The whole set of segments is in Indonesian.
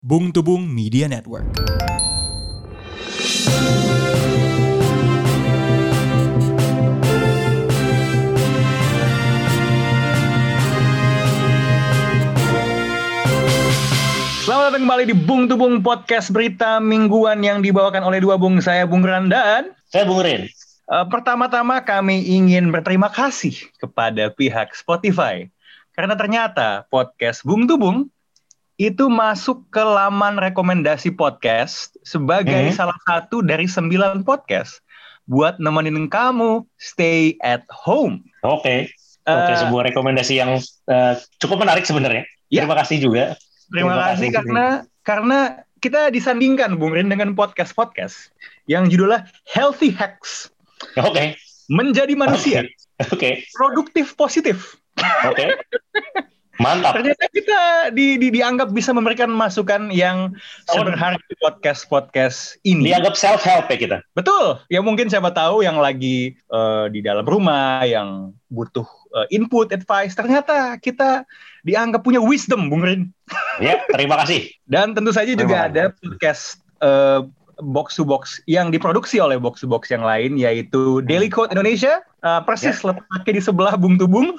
Bung Tubung Media Network. Selamat datang kembali di Bung Tubung Podcast Berita Mingguan yang dibawakan oleh dua bung, saya Bung Ran dan saya Bung Rin. Pertama-tama kami ingin berterima kasih kepada pihak Spotify karena ternyata podcast Bung Tubung itu masuk ke laman rekomendasi podcast sebagai salah satu dari 9 podcast buat nemenin kamu stay at home. Oke, sebuah rekomendasi yang cukup menarik sebenarnya. Ya. Terima kasih juga. Terima kasih karena kita disandingkan Bung Rin dengan podcast yang judulnya Healthy Hacks. Oke. Menjadi manusia. Oke. Produktif positif. Oke. Mantap. Ternyata kita dianggap bisa memberikan masukan yang sederhana di podcast ini. Dianggap self-help ya kita. Betul. Ya mungkin siapa tahu yang lagi di dalam rumah, yang butuh input, advice. Ternyata kita dianggap punya wisdom, Bung Rin. Ya, terima kasih. Dan tentu saja juga ada podcast Box to Box yang diproduksi oleh Box to Box yang lain, yaitu Daily Code Indonesia. Persis letaknya di sebelah Bung Tubung.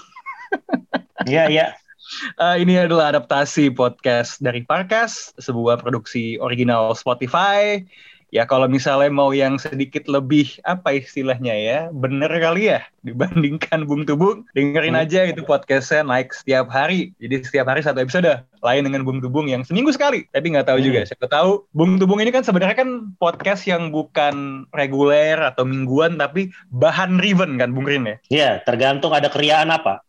Iya. Ini adalah adaptasi podcast dari Parkas, sebuah produksi original Spotify. Ya kalau misalnya mau yang sedikit lebih, apa istilahnya ya, bener kali ya dibandingkan Bung Tubung, dengerin aja itu podcastnya naik setiap hari. Jadi setiap hari satu episode, lain dengan Bung Tubung yang seminggu sekali. Tapi nggak tahu juga, siapa tahu Bung Tubung ini kan sebenarnya kan podcast yang bukan reguler atau mingguan, tapi bahan driven kan Bung Rin ya? Iya, tergantung ada keriaan apa.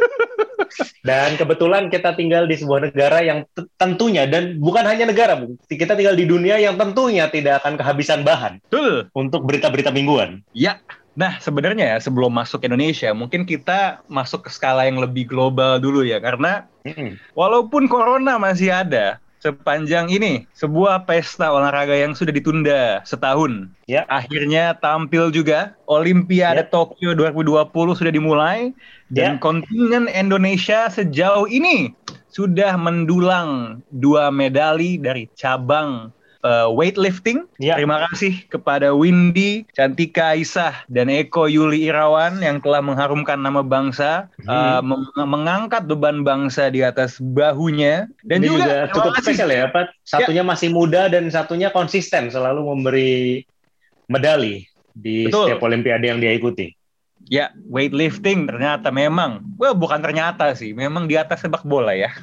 Dan kebetulan kita tinggal di sebuah negara yang tentunya, dan bukan hanya negara, Bung. Kita tinggal di dunia yang tentunya tidak akan kehabisan bahan. Betul. Untuk berita-berita mingguan. Ya. Nah, sebenarnya ya sebelum masuk Indonesia, mungkin kita masuk ke skala yang lebih global dulu ya. Karena walaupun corona masih ada, sepanjang ini sebuah pesta olahraga yang sudah ditunda setahun. Ya. Akhirnya tampil juga. Olimpiade Tokyo 2020 sudah dimulai. Dan kontingen Indonesia sejauh ini sudah mendulang 2 medali dari cabang weightlifting. Terima kasih kepada Windy, Cantika Aisyah, dan Eko Yuli Irawan yang telah mengharumkan nama bangsa, mengangkat beban bangsa di atas bahunya. Dan ini juga cukup spesial ya, Pak. Satunya masih muda dan satunya konsisten selalu memberi medali di setiap olimpiade yang dia ikuti. Ya, weightlifting ternyata memang, bukan ternyata sih, memang di atas sepak bola ya.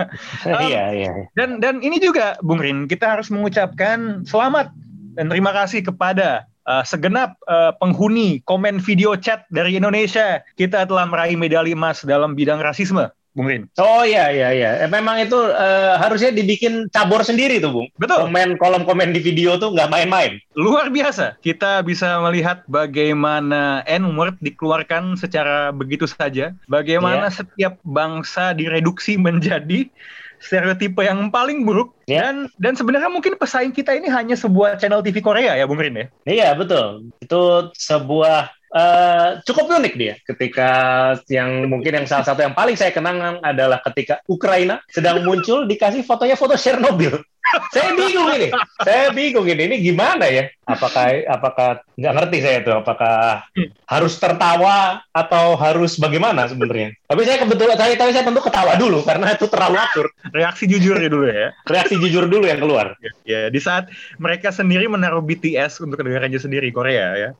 Iya. Dan ini juga, Bung Rin, kita harus mengucapkan selamat dan terima kasih kepada segenap penghuni komen video chat dari Indonesia. Kita telah meraih medali emas dalam bidang rasisme, Bung Rin. Oh iya. Memang itu harusnya dibikin cabur sendiri tuh, Bung. Betul. Kolom komen di video tuh nggak main-main. Luar biasa. Kita bisa melihat bagaimana N-word dikeluarkan secara begitu saja. Bagaimana setiap bangsa direduksi menjadi stereotipe yang paling buruk. Dan sebenarnya mungkin pesaing kita ini hanya sebuah channel TV Korea ya, Bung Rin ya? Iya, betul. Itu sebuah cukup unik dia ketika mungkin salah satu yang paling saya kenang adalah ketika Ukraina sedang muncul dikasih fotonya foto Chernobyl. Saya bingung ini gimana ya? Apakah nggak ngerti saya tuh, apakah harus tertawa atau harus bagaimana sebenarnya? Tapi saya tentu ketawa dulu karena itu terlalu absurd. Reaksi jujurnya dulu ya. Reaksi jujur dulu yang keluar. Ya, di saat mereka sendiri menaruh BTS untuk negaranya sendiri, Korea ya.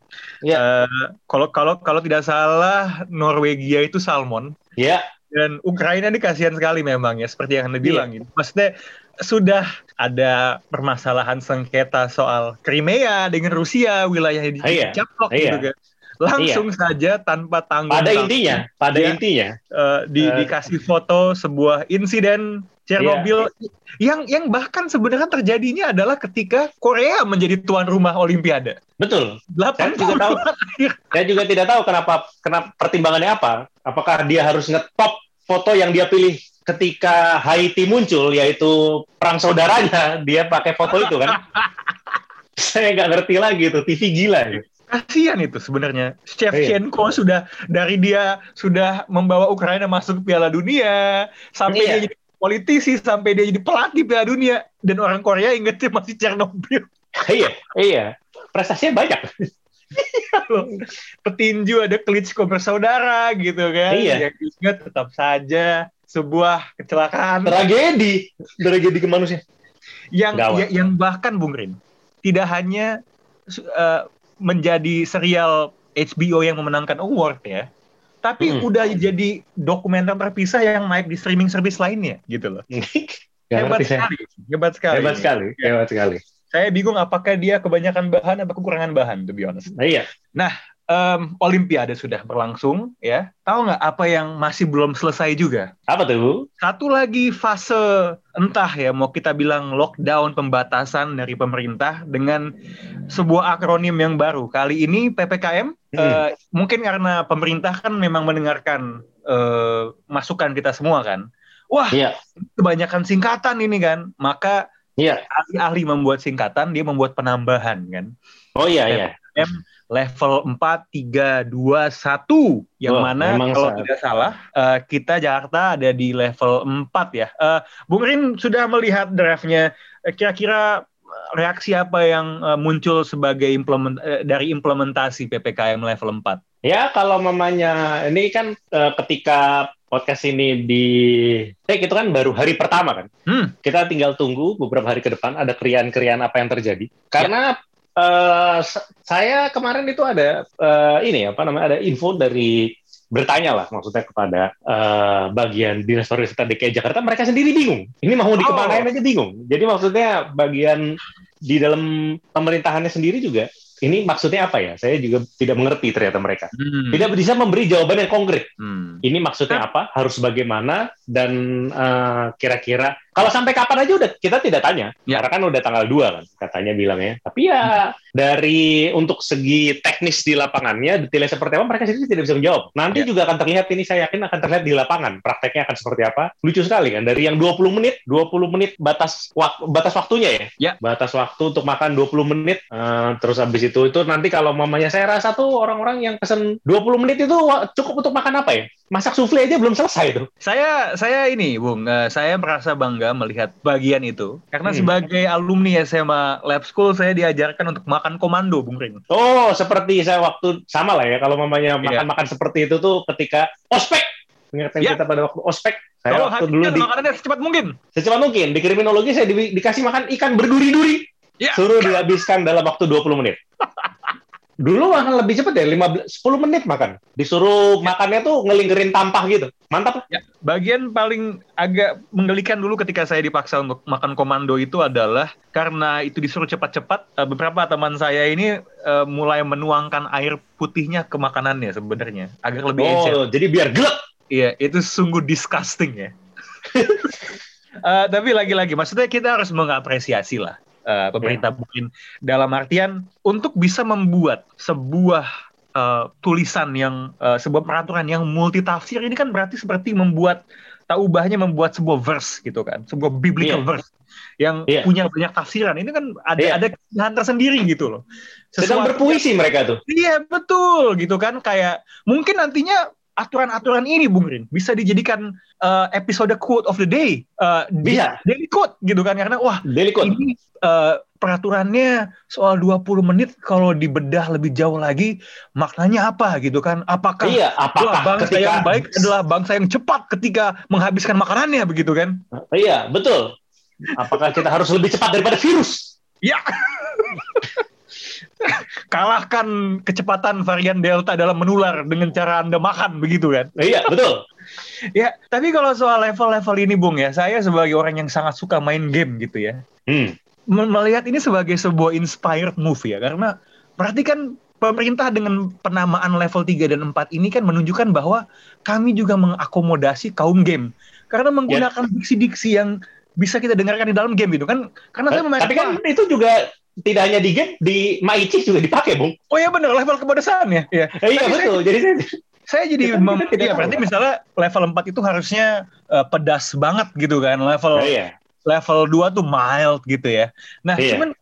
Kalau tidak salah Norwegia itu salmon. Ya. Dan Ukraina ini kasihan sekali memang ya, seperti yang Anda bilang. Maksudnya sudah ada permasalahan sengketa soal Crimea dengan Rusia, wilayahnya dicaplok gitu kan. Langsung saja tanpa tanggung. Pada intinya dikasih foto sebuah insiden Chernobyl yang bahkan sebenarnya terjadinya adalah ketika Korea menjadi tuan rumah Olimpiade. Betul. Saya juga tidak tahu kenapa pertimbangannya apa. Apakah dia harus ngetop foto yang dia pilih ketika Haiti muncul, yaitu perang saudaranya, dia pakai foto itu kan? Saya nggak ngerti lagi itu, TV gila ya. Kasihan itu sebenarnya. Shevchenko sudah membawa Ukraina masuk ke Piala Dunia sampai dia jadi politisi sampai dia jadi pelatih Piala Dunia dan orang Korea ingetnya masih Chernobyl. Iya. Prestasinya banyak. Petinju ada Klitschko bersaudara gitu kan. Iya. Yang ingat tetap saja sebuah kecelakaan. Tragedi kemanusiaan. Yang bahkan Bung Rin tidak hanya menjadi serial HBO yang memenangkan award ya, tapi udah jadi dokumenter terpisah yang naik di streaming service lainnya gitu loh. Hebat sekali. Saya bingung apakah dia kebanyakan bahan atau kekurangan bahan, to be honest. Iya. Nah, Olimpiade sudah berlangsung ya. Tahu nggak apa yang masih belum selesai juga? Apa tuh? Satu lagi fase, entah ya mau kita bilang lockdown, pembatasan dari pemerintah dengan sebuah akronim yang baru. Kali ini PPKM. Mungkin karena pemerintah kan memang mendengarkan masukan kita semua kan. Wah, kebanyakan singkatan ini kan. Maka ahli-ahli membuat singkatan, dia membuat penambahan kan. Oh iya. PPKM level 4, 3, 2, 1 yang mana kalau tidak salah kita Jakarta ada di level 4 ya. Bung Rin sudah melihat draftnya, kira-kira reaksi apa yang muncul sebagai dari implementasi PPKM level 4? Ya kalau mamanya ini kan ketika podcast ini itu kan baru hari pertama kan. Kita tinggal tunggu beberapa hari ke depan ada krian-krian apa yang terjadi. Karena saya kemarin itu ada ada info dari bertanya lah maksudnya kepada bagian Dinas Pariwisata DKI Jakarta, mereka sendiri bingung. Ini mau dikemanain aja bingung. Jadi maksudnya bagian di dalam pemerintahannya sendiri juga ini maksudnya apa ya? Saya juga tidak mengerti ternyata mereka. Tidak bisa memberi jawaban yang konkret. Ini maksudnya apa? Harus bagaimana? Dan kira-kira kalau sampai kapan aja udah kita tidak tanya. Karena kan udah tanggal 2 kan katanya bilangnya. Tapi ya dari untuk segi teknis di lapangannya, detailnya seperti apa mereka sendiri tidak bisa menjawab. Nanti juga akan terlihat, ini saya yakin akan terlihat di lapangan. Prakteknya akan seperti apa? Lucu sekali kan, dari yang 20 menit batas waktunya ya. Batas waktu untuk makan 20 menit. Terus habis itu nanti kalau mamanya saya rasa tuh orang-orang yang pesen 20 menit itu cukup untuk makan apa ya? Masak souffle aja belum selesai tuh. Saya ini, Bung, saya merasa bangga melihat bagian itu. Karena sebagai alumni SMA Lab School, saya diajarkan untuk makan komando, Bung Ring. Oh, seperti saya waktu, sama lah ya, kalau mamanya makan-makan seperti itu tuh ketika ospek. Ingatkan kita pada waktu ospek. Saya waktu dulu makanannya secepat mungkin. Secepat mungkin. Di kriminologi saya dikasih makan ikan berduri-duri. Suruh dihabiskan dalam waktu 20 menit. Dulu makan lebih cepat ya, 10 menit makan. Disuruh makannya tuh ngelingkerin tampah gitu. Mantap. Bagian paling agak menggelikan dulu ketika saya dipaksa untuk makan komando itu adalah karena itu disuruh cepat-cepat, beberapa teman saya ini mulai menuangkan air putihnya ke makanannya sebenarnya. Agar lebih encer. Jadi biar gelap. Iya, itu sungguh disgusting ya. Tapi lagi-lagi, maksudnya kita harus mengapresiasi lah pemerintah mungkin dalam artian untuk bisa membuat sebuah tulisan yang sebuah peraturan yang multitafsir ini kan berarti seperti membuat membuat sebuah verse gitu kan, sebuah biblical verse yang punya banyak tafsiran. Ini kan ada keindahan tersendiri gitu loh. Sedang berpuisi mereka tuh. Iya betul gitu kan, kayak mungkin nantinya aturan-aturan ini Bung Rin bisa dijadikan episode quote of the day, bisa daily quote gitu kan, karena daily quote. Ini peraturannya soal 20 menit kalau dibedah lebih jauh lagi maknanya apa gitu kan, apakah bangsa yang baik adalah bangsa yang cepat ketika menghabiskan makanannya begitu kan. Iya betul, apakah kita harus lebih cepat daripada virus kalahkan kecepatan varian Delta dalam menular dengan cara Anda makan begitu kan. Iya betul. Ya, tapi kalau soal level-level ini Bung ya, saya sebagai orang yang sangat suka main game gitu ya, melihat ini sebagai sebuah inspired move ya, karena berarti kan pemerintah dengan penamaan level 3 dan 4 ini kan menunjukkan bahwa kami juga mengakomodasi kaum game, karena menggunakan diksi-diksi yang bisa kita dengarkan di dalam game gitu kan. Karena saya tapi kan itu juga tidak hanya di game, di Maichi juga dipakai, Bung. Oh iya benar, level kepedasaan ya. Iya betul. Saya jadi berarti misalnya level 4 itu harusnya pedas banget gitu kan. Level 2 tuh mild gitu ya. Nah, cuman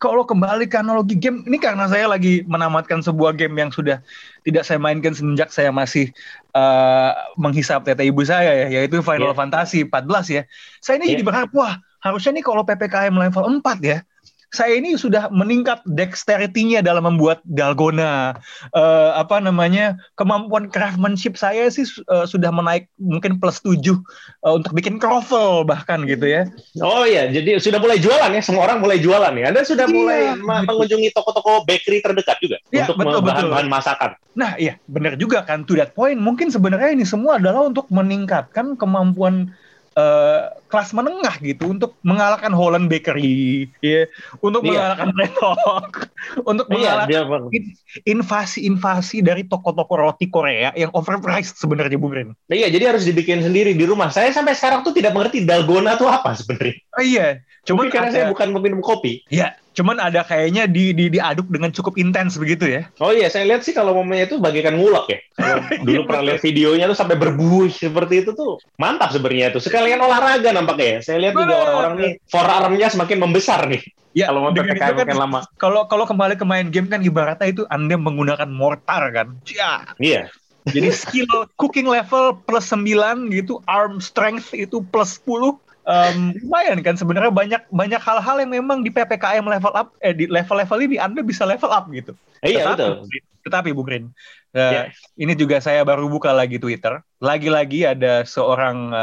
kalau kembali ke analogi game, ini karena saya lagi menamatkan sebuah game yang sudah tidak saya mainkan semenjak saya masih menghisap tete ibu saya ya, yaitu Final Fantasy 14 ya. Saya ini jadi berharap, wah harusnya nih kalau PPKM level 4 ya, saya ini sudah meningkat dexterity-nya dalam membuat dalgona, kemampuan craftsmanship saya sih sudah menaik mungkin plus 7 untuk bikin croffle bahkan gitu ya. Oh iya, jadi sudah mulai jualan ya, semua orang mulai jualan ya. Anda sudah mulai mengunjungi toko-toko bakery terdekat juga untuk bahan-bahan masakan. Nah iya, benar juga kan, to that point. Mungkin sebenarnya ini semua adalah untuk meningkatkan kemampuan kelas menengah gitu, untuk mengalahkan Holland Bakery, ya, untuk mengalahkan Red Hawk, untuk mengalahkan invasi dari toko-toko roti Korea yang overpriced sebenarnya, Bung Rin. Iya, jadi harus dibikin sendiri di rumah. Saya sampai sekarang tuh tidak mengerti dalgona itu apa sebenarnya. Oh iya, cuman karena saya bukan peminum kopi. Iya, cuman ada kayaknya diaduk dengan cukup intens begitu ya. Oh iya, saya lihat sih kalau momennya itu bagaikan ngulek ya. Dulu pernah lihat videonya tuh sampai berbuih seperti itu tuh. Mantap sebenarnya itu. Sekalian olahraga nampaknya ya. Saya lihat juga orang-orang nih forearm-nya semakin membesar nih. Ya, kalau mau PPKM makin lama. Kalau kembali ke main game kan ibaratnya itu Anda menggunakan mortar kan. Iya. Jadi skill cooking level plus 9 gitu, arm strength itu plus 10. Lumayan kan sebenarnya, banyak hal-hal yang memang di PPKM level up, di level-level ini Anda bisa level up gitu. Iya, betul. Tetapi Bung Rin, ini juga saya baru buka lagi Twitter. Lagi-lagi ada seorang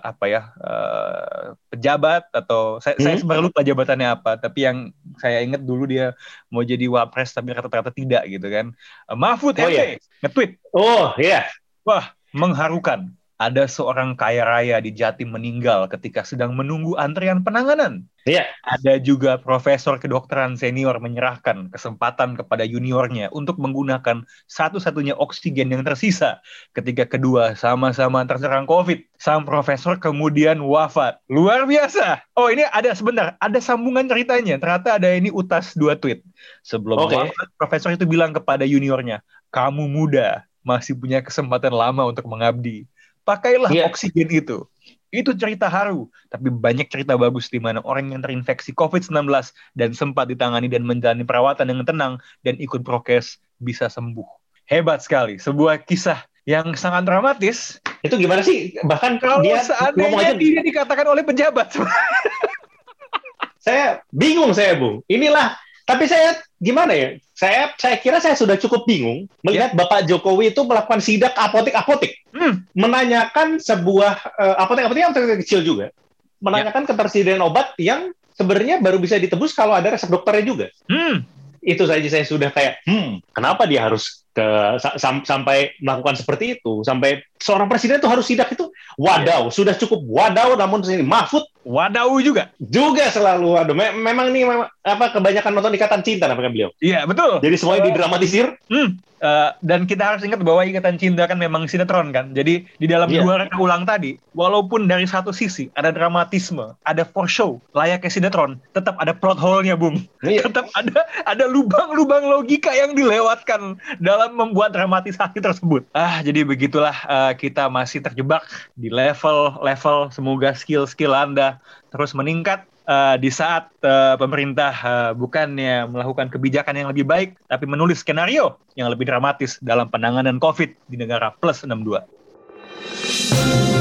pejabat, atau saya sebenarnya lupa jabatannya apa, tapi yang saya ingat dulu dia mau jadi wapres tapi ternyata tidak gitu kan. Mahfud MD nge-tweet. Oh iya. Wah, mengharukan. Ada seorang kaya raya di Jatim meninggal ketika sedang menunggu antrian penanganan. Iya. Ada juga profesor kedokteran senior menyerahkan kesempatan kepada juniornya untuk menggunakan satu-satunya oksigen yang tersisa ketika kedua sama-sama terserang COVID. Sang profesor kemudian wafat. Luar biasa. Oh, ini ada sambungan ceritanya. Ternyata ada ini utas 2 tweet. Sebelum wafat, profesor itu bilang kepada juniornya, "Kamu muda, masih punya kesempatan lama untuk mengabdi. Pakailah oksigen itu." Itu cerita haru, tapi banyak cerita bagus di mana orang yang terinfeksi COVID-19 dan sempat ditangani dan menjalani perawatan dengan tenang dan ikut prokes bisa sembuh. Hebat sekali, sebuah kisah yang sangat dramatis. Itu gimana sih? Bahkan kalau seandainya dia dikatakan oleh pejabat. Saya bingung Bung. Inilah, tapi saya gimana ya? Saya kira saya sudah cukup bingung melihat Bapak Jokowi itu melakukan sidak apotek-apotek. Menanyakan sebuah apotek-apotek yang kecil juga. Menanyakan ketersediaan obat yang sebenarnya baru bisa ditebus kalau ada resep dokternya juga. Itu saja saya sudah kayak, kenapa dia harus sampai melakukan seperti itu? Sampai seorang presiden itu harus sidak itu? Wadaw, sudah cukup wadaw, namun sini Mahfud wadaw juga selalu. Aduh, memang nih kebanyakan nonton Ikatan Cinta nampaknya beliau. Iya, betul. Jadi semuanya didramatisir. Dan kita harus ingat bahwa Ikatan Cinta kan memang sinetron kan. Jadi di dalam 2 reka ulang tadi, walaupun dari satu sisi ada dramatisme, ada for show, layaknya sinetron, tetap ada plot hole-nya, Bung. Tetap ada lubang-lubang logika yang dilewatkan dalam membuat dramatisasi tersebut. Jadi begitulah, kita masih terjebak di level-level. Semoga skill-skill Anda terus meningkat di saat pemerintah bukannya melakukan kebijakan yang lebih baik, tapi menulis skenario yang lebih dramatis dalam penanganan COVID di negara plus 62.